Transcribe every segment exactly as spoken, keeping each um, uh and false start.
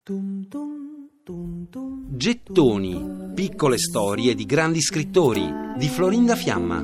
Gettoni, piccole storie di grandi scrittori di Florinda Fiamma.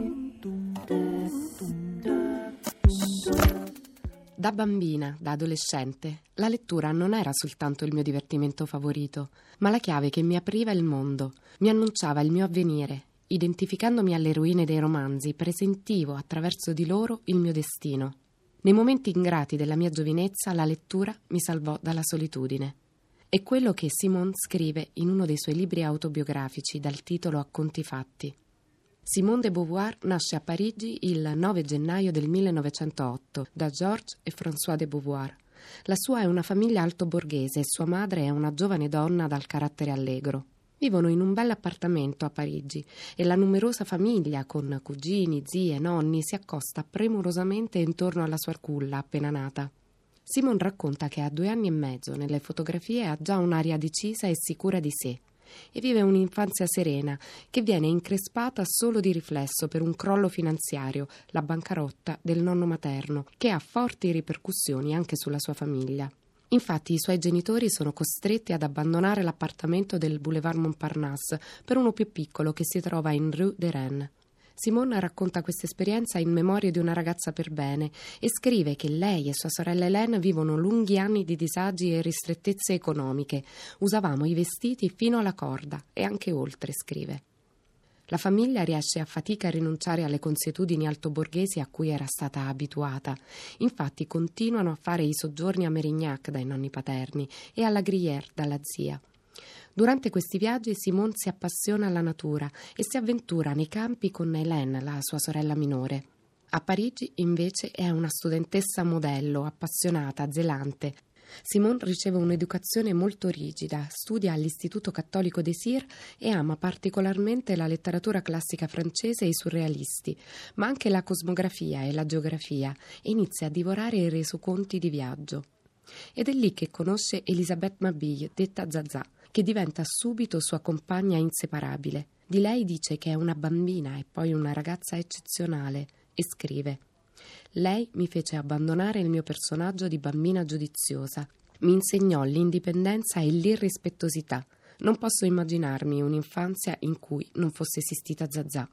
Da bambina, da adolescente, la lettura non era soltanto il mio divertimento favorito, ma la chiave che mi apriva il mondo, mi annunciava il mio avvenire. Identificandomi alle eroine dei romanzi, presentivo attraverso di loro il mio destino. Nei momenti ingrati della mia giovinezza, la lettura mi salvò dalla solitudine. È quello che Simone scrive in uno dei suoi libri autobiografici dal titolo A conti fatti. Simone de Beauvoir nasce a Parigi il nove gennaio del millenovecentootto da Georges e François de Beauvoir. La sua è una famiglia altoborghese e sua madre è una giovane donna dal carattere allegro. Vivono in un bel appartamento a Parigi e la numerosa famiglia, con cugini, zie e nonni, si accosta premurosamente intorno alla sua culla appena nata. Simone racconta che a due anni e mezzo nelle fotografie ha già un'aria decisa e sicura di sé e vive un'infanzia serena che viene increspata solo di riflesso per un crollo finanziario, la bancarotta del nonno materno, che ha forti ripercussioni anche sulla sua famiglia. Infatti i suoi genitori sono costretti ad abbandonare l'appartamento del Boulevard Montparnasse per uno più piccolo che si trova in Rue de Rennes. Simone racconta questa esperienza in Memorie di una ragazza per bene e scrive che lei e sua sorella Hélène vivono lunghi anni di disagi e ristrettezze economiche. Usavamo i vestiti fino alla corda e anche oltre, scrive. La famiglia riesce a fatica a rinunciare alle consuetudini altoborghesi a cui era stata abituata. Infatti continuano a fare i soggiorni a Mérignac dai nonni paterni e alla Gruyère dalla zia. Durante questi viaggi Simone si appassiona alla natura e si avventura nei campi con Hélène, la sua sorella minore. A Parigi invece è una studentessa modello, appassionata, zelante. Simone riceve un'educazione molto rigida, studia all'Istituto Cattolico des Cires e ama particolarmente la letteratura classica francese e i surrealisti, ma anche la cosmografia e la geografia, e inizia a divorare i resoconti di viaggio. Ed è lì che conosce Elisabeth Mabille, detta Zazà, che diventa subito sua compagna inseparabile. Di lei dice che è una bambina e poi una ragazza eccezionale e scrive: «Lei mi fece abbandonare il mio personaggio di bambina giudiziosa. Mi insegnò l'indipendenza e l'irrispettosità. Non posso immaginarmi un'infanzia in cui non fosse esistita Zazà».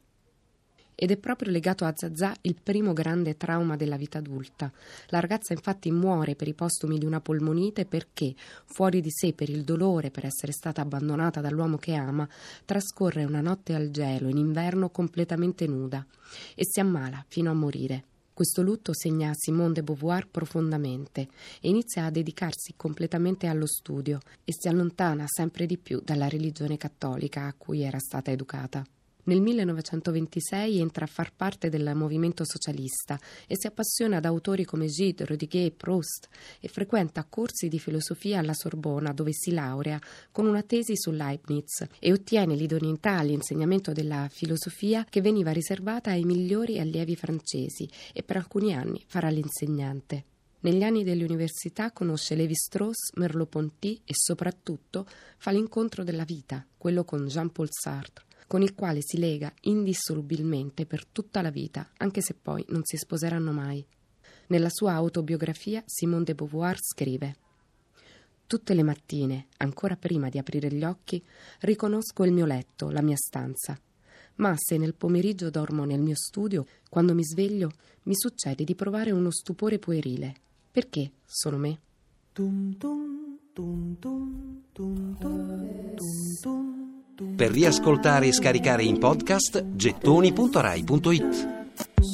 Ed è proprio legato a Zazà il primo grande trauma della vita adulta. La ragazza infatti muore per i postumi di una polmonite perché, fuori di sé per il dolore per essere stata abbandonata dall'uomo che ama, trascorre una notte al gelo in inverno completamente nuda e si ammala fino a morire. Questo lutto segna Simone de Beauvoir profondamente e inizia a dedicarsi completamente allo studio e si allontana sempre di più dalla religione cattolica a cui era stata educata. Nel millenovecentoventisei entra a far parte del movimento socialista e si appassiona ad autori come Gide, Rodiguet, Proust e frequenta corsi di filosofia alla Sorbona, dove si laurea con una tesi su Leibniz e ottiene l'idoneità all'insegnamento della filosofia che veniva riservata ai migliori allievi francesi e per alcuni anni farà l'insegnante. Negli anni dell'università conosce Lévi-Strauss, Merleau-Ponty e soprattutto fa l'incontro della vita, quello con Jean-Paul Sartre, con il quale si lega indissolubilmente per tutta la vita, anche se poi non si sposeranno mai. Nella sua autobiografia Simone de Beauvoir scrive: «Tutte le mattine, ancora prima di aprire gli occhi, riconosco il mio letto, la mia stanza. Ma se nel pomeriggio dormo nel mio studio, quando mi sveglio, mi succede di provare uno stupore puerile. Perché sono me?» Per riascoltare e scaricare in podcast gettoni punto rai punto it.